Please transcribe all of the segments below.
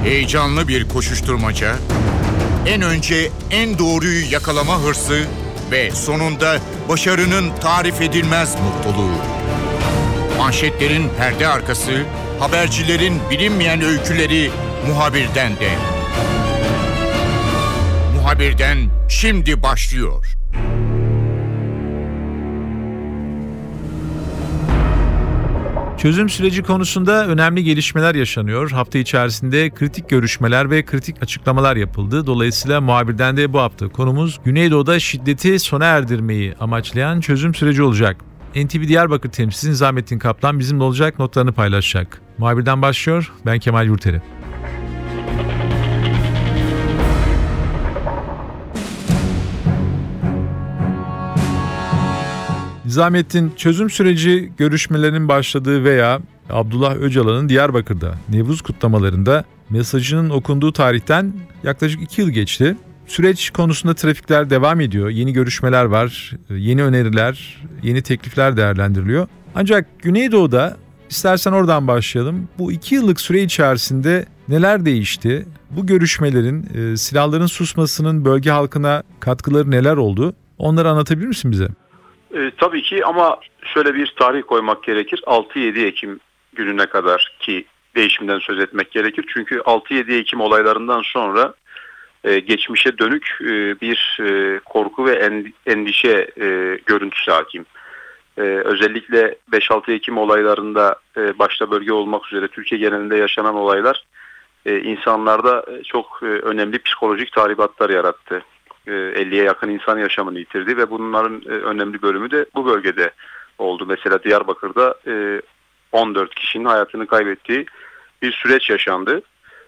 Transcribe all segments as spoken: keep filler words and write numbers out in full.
Heyecanlı bir koşuşturmaca, en önce en doğruyu yakalama hırsı ve sonunda başarının tarif edilmez mutluluğu. Manşetlerin perde arkası, habercilerin bilinmeyen öyküleri Muhabir'den de. Muhabir'den şimdi başlıyor. Çözüm süreci konusunda önemli gelişmeler yaşanıyor. Hafta içerisinde kritik görüşmeler ve kritik açıklamalar yapıldı. Dolayısıyla Muhabir'den de bu hafta konumuz Güneydoğu'da şiddeti sona erdirmeyi amaçlayan çözüm süreci olacak. N T V Diyarbakır temsilcisi Nizamettin Kaplan bizimle olacak, notlarını paylaşacak. Muhabir'den başlıyor. Ben Kemal Yurteri. Nizamettin, çözüm süreci görüşmelerinin başladığı veya Abdullah Öcalan'ın Diyarbakır'da Nevruz kutlamalarında mesajının okunduğu tarihten yaklaşık iki yıl geçti. Süreç konusunda trafikler devam ediyor. Yeni görüşmeler var, yeni öneriler, yeni teklifler değerlendiriliyor. Ancak Güneydoğu'da, istersen oradan başlayalım. Bu iki yıllık süre içerisinde neler değişti? Bu görüşmelerin, e, silahların susmasının bölge halkına katkıları neler oldu? Onları anlatabilir misin bize? E, tabii ki, ama şöyle bir tarih koymak gerekir. altı yedi Ekim gününe kadar ki değişimden söz etmek gerekir. Çünkü altı yedi Ekim olaylarından sonra e, geçmişe dönük e, bir e, korku ve endişe e, görüntüsü hakim. E, özellikle beş altı Ekim olaylarında e, başta bölge olmak üzere Türkiye genelinde yaşanan olaylar e, insanlarda çok e, önemli psikolojik tahribatlar yarattı. elliye yakın insan yaşamını yitirdi ve bunların önemli bölümü de bu bölgede oldu. Mesela Diyarbakır'da on dört kişinin hayatını kaybettiği bir süreç yaşandı.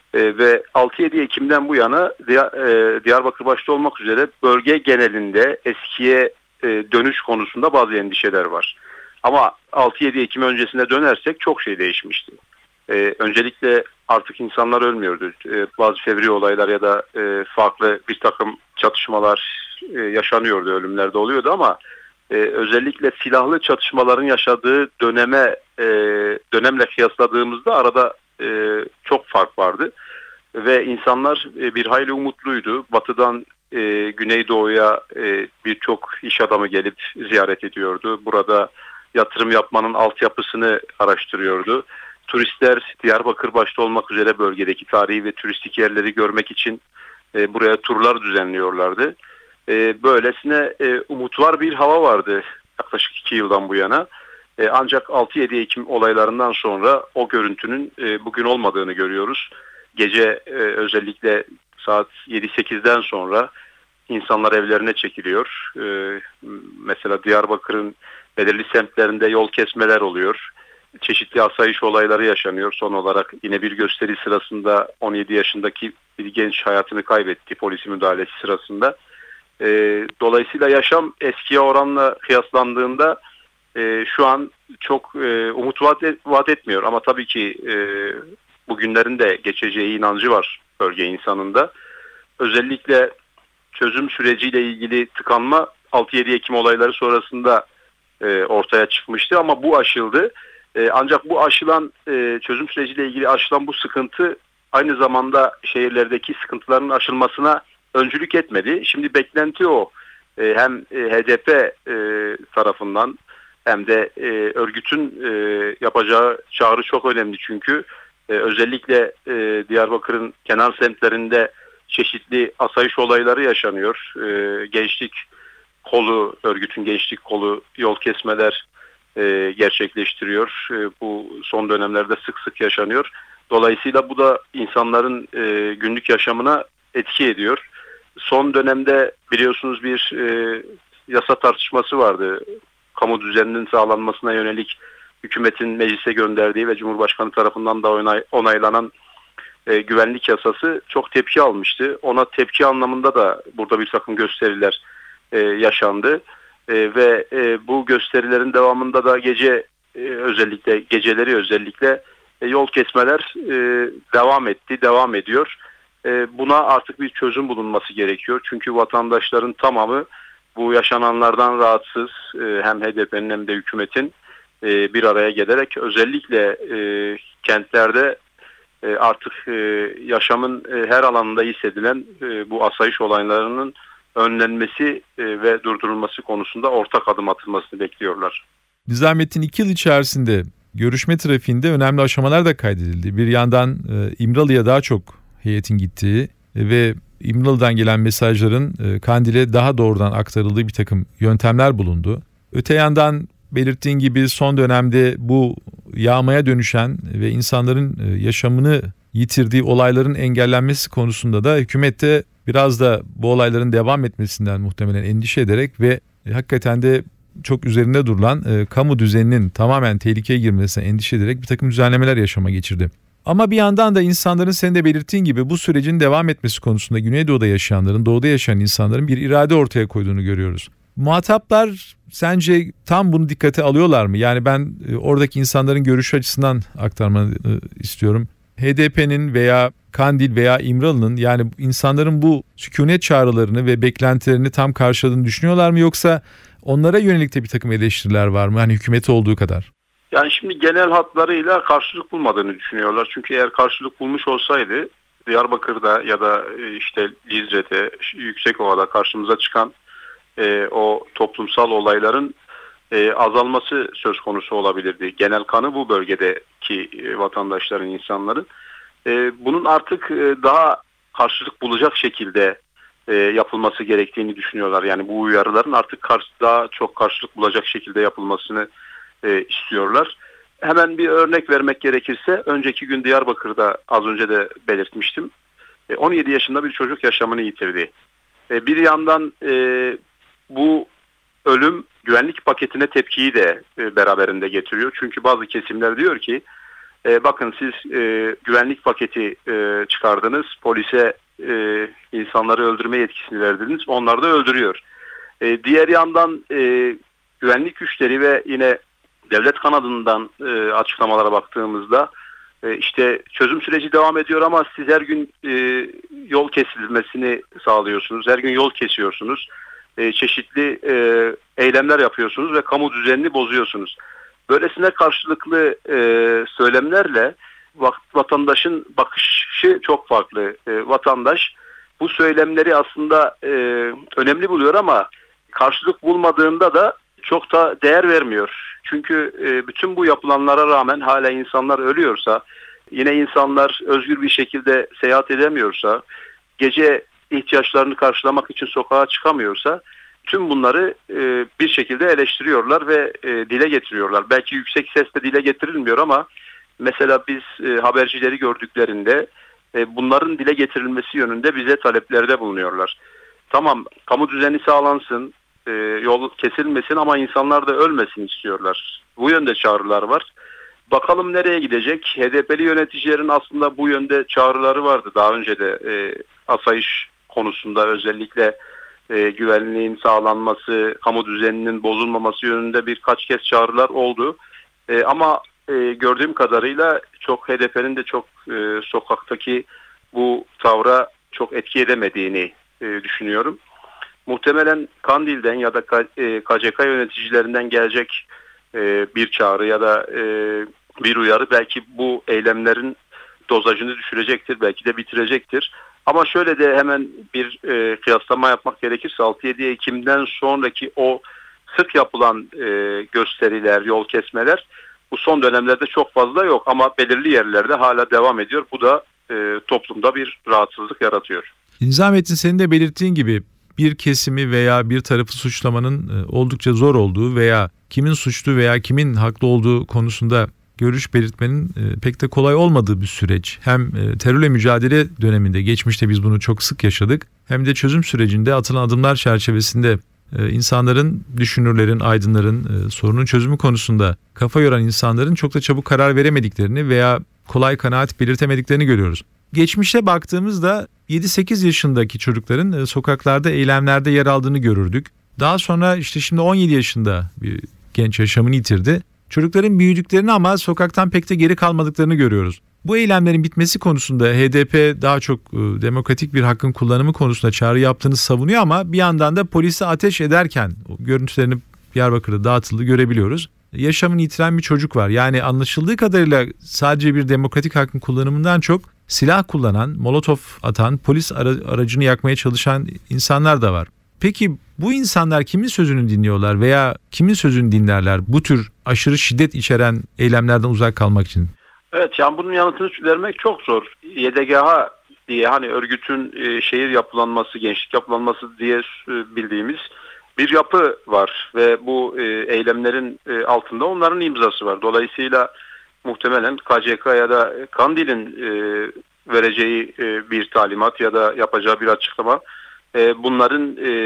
Ve altı yedi Ekim'den bu yana Diyarbakır başta olmak üzere bölge genelinde eskiye dönüş konusunda bazı endişeler var. Ama altı yedi Ekim öncesine dönersek çok şey değişmişti. Ee, öncelikle artık insanlar ölmüyordu. Ee, bazı fevri olaylar ya da e, farklı bir takım çatışmalar e, yaşanıyordu, ölümler de oluyordu, ama e, özellikle silahlı çatışmaların yaşadığı döneme e, dönemle kıyasladığımızda arada e, çok fark vardı. Ve insanlar e, bir hayli umutluydu. Batıdan e, Güneydoğu'ya e, birçok iş adamı gelip ziyaret ediyordu. Burada yatırım yapmanın altyapısını araştırıyordu. Turistler Diyarbakır başta olmak üzere bölgedeki tarihi ve turistik yerleri görmek için e, buraya turlar düzenliyorlardı. E, böylesine e, umut var bir hava vardı yaklaşık iki yıldan bu yana. E, ancak altı yedi Ekim olaylarından sonra o görüntünün e, bugün olmadığını görüyoruz. Gece e, özellikle saat yedi sekizden sonra insanlar evlerine çekiliyor. E, mesela Diyarbakır'ın belirli semtlerinde yol kesmeler oluyor. Çeşitli asayiş olayları yaşanıyor. Son olarak yine bir gösteri sırasında on yedi yaşındaki bir genç hayatını kaybetti polisin müdahalesi sırasında. E, dolayısıyla yaşam eskiye oranla kıyaslandığında e, şu an çok e, umut vaat, et, vaat etmiyor. Ama tabii ki e, bugünlerin de geçeceği inancı var bölge insanında. Özellikle çözüm süreciyle ilgili tıkanma altı yedi Ekim olayları sonrasında e, ortaya çıkmıştı, ama bu aşıldı. Ancak bu aşılan çözüm süreciyle ilgili aşılan bu sıkıntı aynı zamanda şehirlerdeki sıkıntıların aşılmasına öncülük etmedi. Şimdi beklenti o. Hem H D P tarafından hem de örgütün yapacağı çağrı çok önemli. Çünkü özellikle Diyarbakır'ın kenar semtlerinde çeşitli asayiş olayları yaşanıyor. Gençlik kolu, örgütün gençlik kolu yol kesmeler gerçekleştiriyor. Bu son dönemlerde sık sık yaşanıyor. Dolayısıyla bu da insanların günlük yaşamına etki ediyor. Son dönemde biliyorsunuz bir yasa tartışması vardı. Kamu düzeninin sağlanmasına yönelik hükümetin meclise gönderdiği ve Cumhurbaşkanı tarafından da onay, onaylanan güvenlik yasası çok tepki almıştı. Ona tepki anlamında da burada bir takım gösteriler yaşandı. E, ve e, bu gösterilerin devamında da gece e, özellikle geceleri özellikle e, yol kesmeler e, devam etti, devam ediyor. E, buna artık bir çözüm bulunması gerekiyor. Çünkü vatandaşların tamamı bu yaşananlardan rahatsız. E, hem H D P'nin hem de hükümetin e, bir araya gelerek özellikle e, kentlerde e, artık e, yaşamın e, her alanında hissedilen e, bu asayiş olaylarının önlenmesi e, ve durdurulması konusunda ortak adım atılmasını bekliyorlar. Nizamettin, iki yıl içerisinde görüşme trafiğinde önemli aşamalar da kaydedildi. Bir yandan e, İmralı'ya daha çok heyetin gittiği e, ve İmralı'dan gelen mesajların e, Kandil'e daha doğrudan aktarıldığı bir takım yöntemler bulundu. Öte yandan belirttiğin gibi son dönemde bu yağmaya dönüşen ve insanların e, yaşamını yitirdiği olayların engellenmesi konusunda da hükümet de biraz da bu olayların devam etmesinden muhtemelen endişe ederek ve e, hakikaten de çok üzerinde durulan e, kamu düzeninin tamamen tehlikeye girmesine endişe ederek bir takım düzenlemeler yaşama geçirdi. Ama bir yandan da insanların senin de belirttiğin gibi bu sürecin devam etmesi konusunda Güneydoğu'da yaşayanların, Doğu'da yaşayan insanların bir irade ortaya koyduğunu görüyoruz. Muhataplar sence tam bunu dikkate alıyorlar mı? Yani ben e, oradaki insanların görüşü açısından aktarmanı e, istiyorum. H D P'nin veya Kandil veya İmralı'nın, yani insanların bu sükunet çağrılarını ve beklentilerini tam karşıladığını düşünüyorlar mı, yoksa onlara yönelik de bir takım eleştiriler var mı? Hani hükümeti olduğu kadar. Yani şimdi genel hatlarıyla karşılık bulmadığını düşünüyorlar. Çünkü eğer karşılık bulmuş olsaydı Diyarbakır'da ya da işte Lizre'de, Yüksekova'da karşımıza çıkan e, o toplumsal olayların e, azalması söz konusu olabilirdi. Genel kanı bu bölgedeki e, vatandaşların, insanların. E, bunun artık e, daha karşılık bulacak şekilde e, yapılması gerektiğini düşünüyorlar. Yani bu uyarıların artık karşı, daha çok karşılık bulacak şekilde yapılmasını e, istiyorlar. Hemen bir örnek vermek gerekirse, önceki gün Diyarbakır'da az önce de belirtmiştim. E, on yedi yaşında bir çocuk yaşamını yitirdi. E, bir yandan e, bu ölüm güvenlik paketine tepkiyi de e, beraberinde getiriyor. Çünkü bazı kesimler diyor ki e, bakın siz e, güvenlik paketi e, çıkardınız, polise e, insanları öldürme yetkisini verdiniz, onlar da öldürüyor. E, diğer yandan e, güvenlik güçleri ve yine devlet kanadından e, açıklamalara baktığımızda e, işte çözüm süreci devam ediyor ama siz her gün e, yol kesilmesini sağlıyorsunuz, her gün yol kesiyorsunuz, e, çeşitli e, eylemler yapıyorsunuz ve kamu düzenini bozuyorsunuz. Böylesine karşılıklı e, söylemlerle vatandaşın bakışı çok farklı. E, vatandaş bu söylemleri aslında e, önemli buluyor ama karşılık bulmadığında da çok da değer vermiyor. Çünkü e, bütün bu yapılanlara rağmen hala insanlar ölüyorsa, yine insanlar özgür bir şekilde seyahat edemiyorsa, gece ihtiyaçlarını karşılamak için sokağa çıkamıyorsa, tüm bunları e, bir şekilde eleştiriyorlar ve e, dile getiriyorlar. Belki yüksek sesle dile getirilmiyor ama mesela biz e, habercileri gördüklerinde e, bunların dile getirilmesi yönünde bize taleplerde bulunuyorlar. Tamam, kamu düzeni sağlansın, e, yol kesilmesin ama insanlar da ölmesin istiyorlar. Bu yönde çağrılar var. Bakalım nereye gidecek? H D P'li yöneticilerin aslında bu yönde çağrıları vardı. Daha önce de e, asayiş konusunda özellikle e, güvenliğin sağlanması, kamu düzeninin bozulmaması yönünde birkaç kez çağrılar oldu. E, ama e, gördüğüm kadarıyla çok H D P'nin de çok e, sokaktaki bu tavra çok etki edemediğini e, düşünüyorum. Muhtemelen Kandil'den ya da K C K yöneticilerinden gelecek e, bir çağrı ya da e, bir uyarı belki bu eylemlerin dozajını düşürecektir, belki de bitirecektir. Ama şöyle de hemen bir e, kıyaslama yapmak gerekirse altı yedi Ekim'den sonraki o sık yapılan e, gösteriler, yol kesmeler bu son dönemlerde çok fazla yok ama belirli yerlerde hala devam ediyor. Bu da e, toplumda bir rahatsızlık yaratıyor. Nizamettin, senin de belirttiğin gibi bir kesimi veya bir tarafı suçlamanın oldukça zor olduğu veya kimin suçlu veya kimin haklı olduğu konusunda görüş belirtmenin pek de kolay olmadığı bir süreç. Hem terörle mücadele döneminde, geçmişte biz bunu çok sık yaşadık, hem de çözüm sürecinde atılan adımlar çerçevesinde insanların, düşünürlerin, aydınların, sorunun çözümü konusunda kafa yoran insanların çok da çabuk karar veremediklerini veya kolay kanaat belirtemediklerini görüyoruz. Geçmişte baktığımızda yedi sekiz yaşındaki çocukların sokaklarda, eylemlerde yer aldığını görürdük. Daha sonra işte şimdi on yedi yaşında bir genç yaşamını yitirdi. Çocukların büyüdüklerini ama sokaktan pek de geri kalmadıklarını görüyoruz. Bu eylemlerin bitmesi konusunda H D P daha çok demokratik bir hakkın kullanımı konusunda çağrı yaptığını savunuyor ama bir yandan da polise ateş ederken o görüntülerini Diyarbakır'da dağıtıldığı görebiliyoruz. yaşamını yitiren bir çocuk var. Yani anlaşıldığı kadarıyla sadece bir demokratik hakkın kullanımından çok silah kullanan, molotof atan, polis ara- aracını yakmaya çalışan insanlar da var. Peki bu insanlar kimin sözünü dinliyorlar veya kimin sözünü dinlerler bu tür aşırı şiddet içeren eylemlerden uzak kalmak için? Evet, yani bunun yanıtını vermek çok zor. Y D G H diye hani örgütün e, şehir yapılanması, gençlik yapılanması diye e, bildiğimiz bir yapı var ve bu e, eylemlerin e, altında onların imzası var. Dolayısıyla muhtemelen K C K ya da Kandil'in e, vereceği e, bir talimat ya da yapacağı bir açıklama e, bunların e,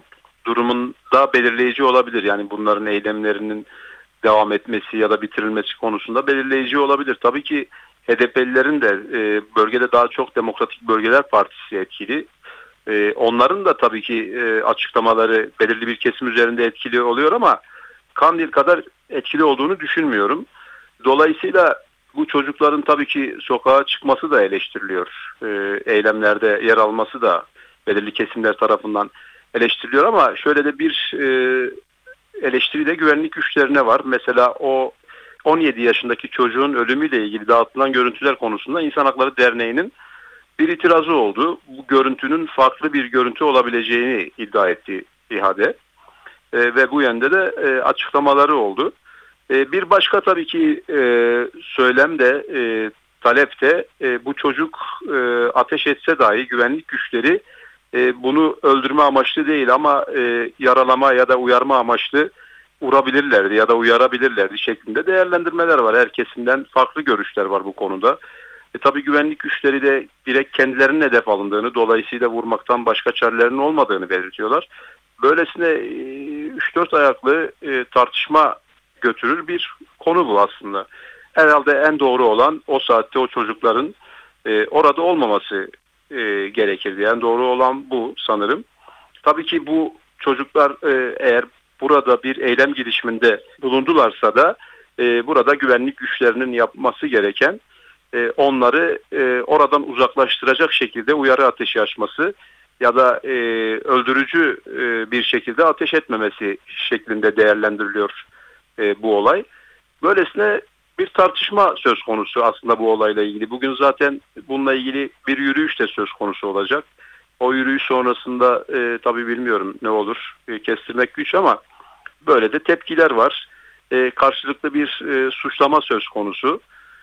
durumunda belirleyici olabilir. Yani bunların eylemlerinin devam etmesi ya da bitirilmesi konusunda belirleyici olabilir. Tabii ki H D P'lilerin de e, bölgede daha çok Demokratik Bölgeler Partisi etkili. E, onların da tabii ki e, açıklamaları belirli bir kesim üzerinde etkili oluyor ama Kandil kadar etkili olduğunu düşünmüyorum. Dolayısıyla bu çocukların tabii ki sokağa çıkması da eleştiriliyor. E, eylemlerde yer alması da belirli kesimler tarafından eleştiriliyor ama şöyle de bir e, eleştiri de güvenlik güçlerine var. Mesela o on yedi yaşındaki çocuğun ölümüyle ilgili dağıtılan görüntüler konusunda İnsan Hakları Derneği'nin bir itirazı oldu. Bu görüntünün farklı bir görüntü olabileceğini iddia etti İHA'de. E, ve bu yönde de e, açıklamaları oldu. E, bir başka tabii ki e, söylem de e, talep de e, bu çocuk e, ateş etse dahi güvenlik güçleri e, bunu öldürme amaçlı değil ama e, yaralama ya da uyarma amaçlı vurabilirlerdi ya da uyarabilirlerdi şeklinde değerlendirmeler var. Her kesimden farklı görüşler var bu konuda. E, tabii güvenlik güçleri de direkt kendilerinin hedef alındığını, dolayısıyla vurmaktan başka çarelerinin olmadığını belirtiyorlar. Böylesine e, üç dört ayaklı e, tartışma götürür bir konu bu aslında. Herhalde en doğru olan o saatte o çocukların e, orada olmaması e, gerekirdi. En doğru olan bu sanırım. Tabii ki bu çocuklar e, eğer burada bir eylem girişiminde bulundularsa da e, burada güvenlik güçlerinin yapması gereken e, onları e, oradan uzaklaştıracak şekilde uyarı ateşi açması ya da e, öldürücü e, bir şekilde ateş etmemesi şeklinde değerlendiriliyor e, bu olay. Böylesine bir tartışma söz konusu aslında bu olayla ilgili. Bugün zaten bununla ilgili bir yürüyüş de söz konusu olacak. O yürüyüş sonrasında e, tabii bilmiyorum ne olur, e, kestirmek güç ama böyle de tepkiler var. E, karşılıklı bir e, suçlama söz konusu.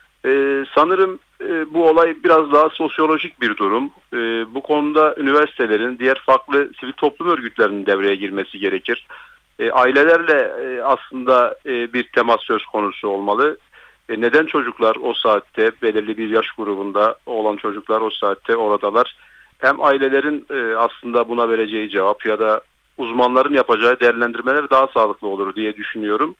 E, sanırım e, bu olay biraz daha sosyolojik bir durum. E, bu konuda üniversitelerin, diğer farklı sivil toplum örgütlerinin devreye girmesi gerekir. E, ailelerle e, aslında e, bir temas söz konusu olmalı. E, neden çocuklar o saatte, belirli bir yaş grubunda olan çocuklar o saatte oradalar? Hem ailelerin e, aslında buna vereceği cevap ya da uzmanların yapacağı değerlendirmeler daha sağlıklı olur diye düşünüyorum.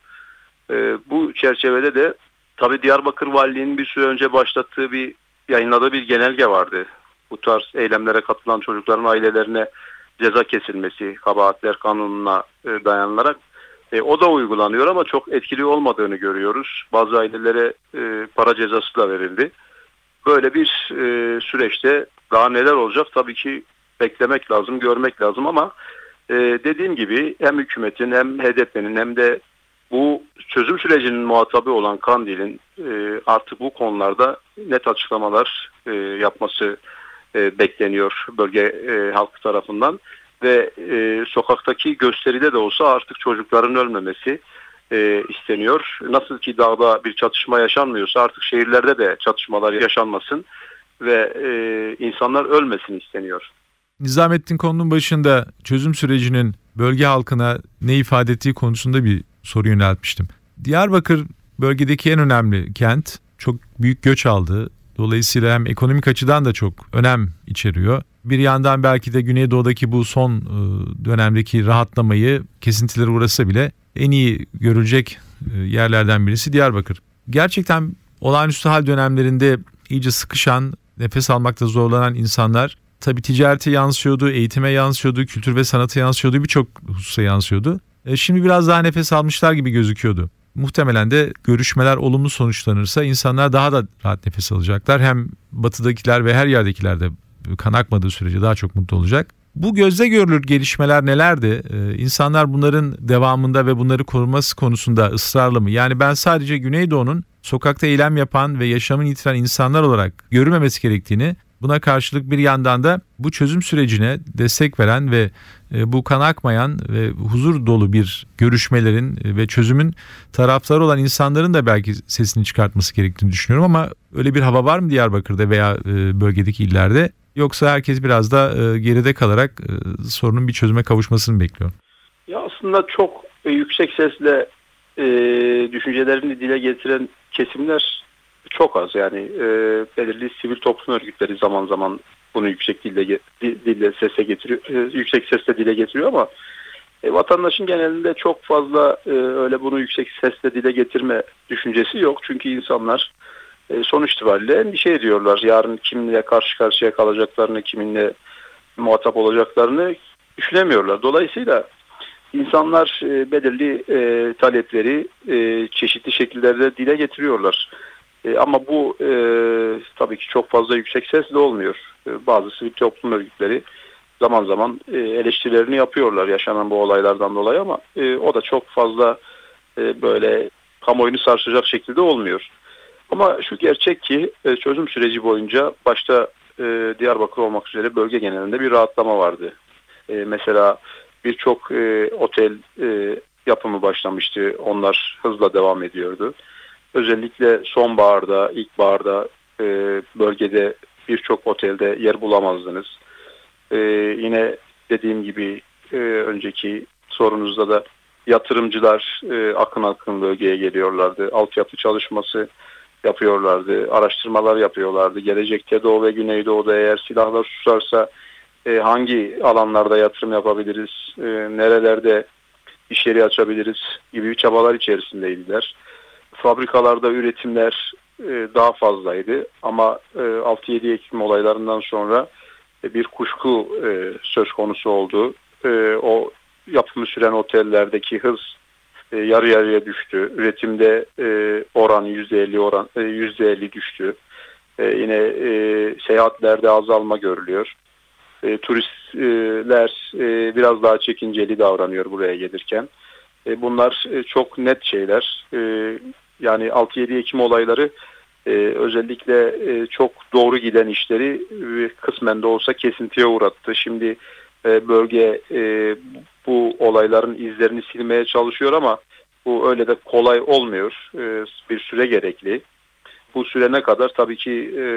E, bu çerçevede de tabii Diyarbakır Valiliği'nin bir süre önce başlattığı bir, yayınladığı bir genelge vardı. Bu tarz eylemlere katılan çocukların ailelerine ceza kesilmesi, kabahatler kanununa e, dayanılarak. E, o da uygulanıyor ama çok etkili olmadığını görüyoruz. Bazı ailelere e, para cezası da verildi. Böyle bir e, süreçte daha neler olacak tabii ki beklemek lazım, görmek lazım ama e, dediğim gibi hem hükümetin hem H D P'nin hem de bu çözüm sürecinin muhatabı olan Kandil'in e, artık bu konularda net açıklamalar e, yapması e, bekleniyor bölge e, halkı tarafından ve e, sokaktaki gösteride de olsa artık çocukların ölmemesi e, isteniyor. Nasıl ki dağda bir çatışma yaşanmıyorsa artık şehirlerde de çatışmalar yaşanmasın ve e, insanlar ölmesin isteniyor. Nizamettin konunun başında çözüm sürecinin bölge halkına ne ifade ettiği konusunda bir soru yöneltmiştim. Diyarbakır bölgedeki en önemli kent, çok büyük göç aldı. Dolayısıyla hem ekonomik açıdan da çok önem içeriyor. Bir yandan belki de Güneydoğu'daki bu son dönemdeki rahatlamayı, kesintileri uğrasa bile en iyi görülecek yerlerden birisi Diyarbakır. Gerçekten olağanüstü hal dönemlerinde iyice sıkışan, nefes almakta zorlanan insanlar tabii ticarete yansıyordu, eğitime yansıyordu, kültür ve sanata yansıyordu, birçok hususa yansıyordu. Şimdi biraz daha nefes almışlar gibi gözüküyordu. Muhtemelen de görüşmeler olumlu sonuçlanırsa insanlar daha da rahat nefes alacaklar. Hem batıdakiler ve her yerdekiler de kan akmadığı sürece daha çok mutlu olacak. Bu gözle görülür gelişmeler nelerdi? Ee, insanlar bunların devamında ve bunları koruması konusunda ısrarlı mı? Yani ben sadece Güneydoğu'nun sokakta eylem yapan ve yaşamını yitiren insanlar olarak görülmemesi gerektiğini, buna karşılık bir yandan da bu çözüm sürecine destek veren ve e, bu kan akmayan ve huzur dolu bir görüşmelerin e, ve çözümün taraftarı olan insanların da belki sesini çıkartması gerektiğini düşünüyorum, ama öyle bir hava var mı Diyarbakır'da veya e, bölgedeki illerde? Yoksa herkes biraz da e, geride kalarak e, sorunun bir çözüme kavuşmasını bekliyor? Ya aslında çok e, yüksek sesle e, düşüncelerini dile getiren kesimler çok az. Yani e, belirli sivil toplum örgütleri zaman zaman bunu yüksek dille, dille sese getiriyor, e, yüksek sesle dile getiriyor, ama e, vatandaşın genelinde çok fazla e, öyle bunu yüksek sesle dile getirme düşüncesi yok. Çünkü insanlar e, sonuç itibariyle endişe ediyorlar. Yarın kiminle karşı karşıya kalacaklarını, kiminle muhatap olacaklarını düşünemiyorlar. Dolayısıyla İnsanlar e, belirli e, talepleri e, çeşitli şekillerde dile getiriyorlar. E, ama bu e, tabii ki çok fazla yüksek sesle olmuyor. E, bazı sivil toplum örgütleri zaman zaman e, eleştirilerini yapıyorlar yaşanan bu olaylardan dolayı, ama e, o da çok fazla e, böyle kamuoyunu sarsacak şekilde olmuyor. Ama şu gerçek ki e, çözüm süreci boyunca başta e, Diyarbakır olmak üzere bölge genelinde bir rahatlama vardı. E, mesela Birçok e, otel e, yapımı başlamıştı. Onlar hızla devam ediyordu. Özellikle sonbaharda, ilkbaharda e, bölgede birçok otelde yer bulamazdınız. E, yine dediğim gibi e, önceki sorunuzda da yatırımcılar e, akın akın bölgeye geliyorlardı. Altyapı çalışması yapıyorlardı. Araştırmalar yapıyorlardı. Gelecekte Doğu ve Güneydoğu'da eğer silahlar susarsa E, hangi alanlarda yatırım yapabiliriz, e, nerelerde iş yeri açabiliriz gibi çabalar içerisindeydiler. Fabrikalarda üretimler e, daha fazlaydı, ama e, altı yedi Ekim olaylarından sonra e, bir kuşku e, söz konusu oldu. E, o yapımı süren otellerdeki hız e, yarı yarıya düştü. Üretimde e, oran yüzde elli oran e, yüzde elli düştü. E, yine e, seyahatlerde azalma görülüyor. E, turistler e, biraz daha çekinceli davranıyor buraya gelirken. E, bunlar e, çok net şeyler. E, yani altı yedi Ekim olayları e, özellikle e, çok doğru giden işleri e, kısmen de olsa kesintiye uğrattı. Şimdi e, bölge e, bu olayların izlerini silmeye çalışıyor, ama bu öyle de kolay olmuyor. E, bir süre gerekli. Bu süre ne kadar tabii ki e,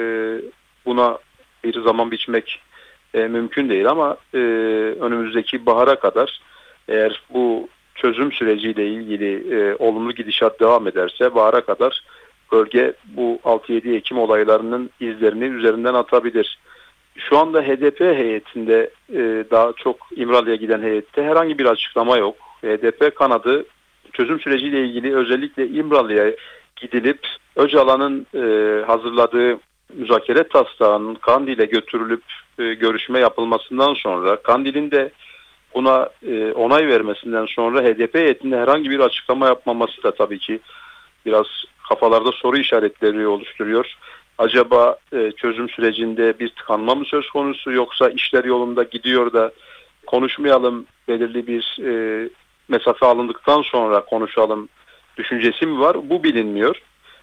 buna bir zaman biçmek E, mümkün değil, ama e, önümüzdeki bahara kadar eğer bu çözüm süreciyle ilgili e, olumlu gidişat devam ederse bahara kadar bölge bu altı yedi Ekim olaylarının izlerini üzerinden atabilir. Şu anda H D P heyetinde e, daha çok İmralı'ya giden heyette herhangi bir açıklama yok. H D P kanadı çözüm süreciyle ilgili özellikle İmralı'ya gidilip Öcalan'ın e, hazırladığı müzakere taslağının Kandil'e götürülüp e, görüşme yapılmasından sonra, Kandil'in de buna e, onay vermesinden sonra H D P heyetinde herhangi bir açıklama yapmaması da tabii ki biraz kafalarda soru işaretleri oluşturuyor. Acaba e, çözüm sürecinde bir tıkanma mı söz konusu, yoksa işler yolunda gidiyor da konuşmayalım, belirli bir e, mesafe alındıktan sonra konuşalım düşüncesi mi var? Bu bilinmiyor.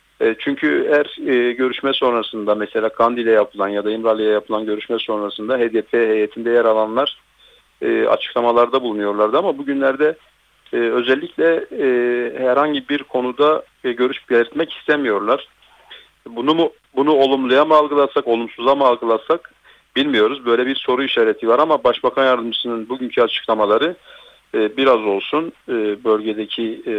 Çünkü eğer e, görüşme sonrasında mesela Kandil'e yapılan ya da İmralı'ya yapılan görüşme sonrasında H D P heyetinde yer alanlar e, açıklamalarda bulunuyorlardı, ama bugünlerde e, özellikle e, herhangi bir konuda e, görüş belirtmek istemiyorlar. Bunu mu bunu olumluya mı algılasak, olumsuza mı algılasak bilmiyoruz. Böyle bir soru işareti var, ama Başbakan Yardımcısının bugünkü açıklamaları e, biraz olsun e, bölgedeki e,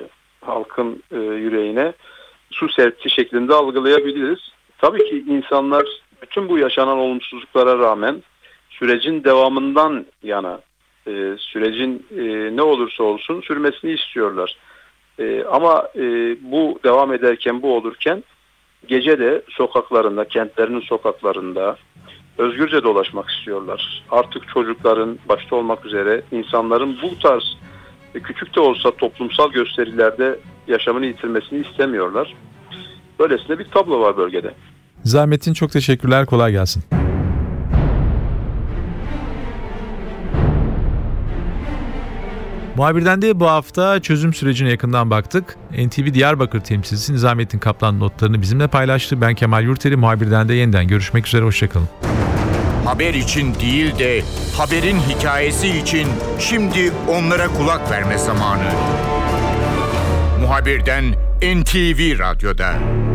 halkın e, yüreğine su serpti şeklinde algılayabiliriz. Tabii ki insanlar bütün bu yaşanan olumsuzluklara rağmen sürecin devamından yana, e, sürecin e, ne olursa olsun sürmesini istiyorlar. E, ama e, bu devam ederken, bu olurken gece de sokaklarında, kentlerinin sokaklarında özgürce dolaşmak istiyorlar. Artık çocukların başta olmak üzere insanların bu tarz küçük de olsa toplumsal gösterilerde yaşamını yitirmesini istemiyorlar. Böylesine bir tablo var bölgede. Zahmettin, çok teşekkürler. Kolay gelsin. Muhabirden de bu hafta çözüm sürecine yakından baktık. N T V Diyarbakır temsilcisi Nizamettin Kaplan notlarını bizimle paylaştı. Ben Kemal Yurteri, Muhabirden de yeniden görüşmek üzere, hoşçakalın. Haber için değil de haberin hikayesi için şimdi onlara kulak verme zamanı. Muhabirden N T V Radyo'da.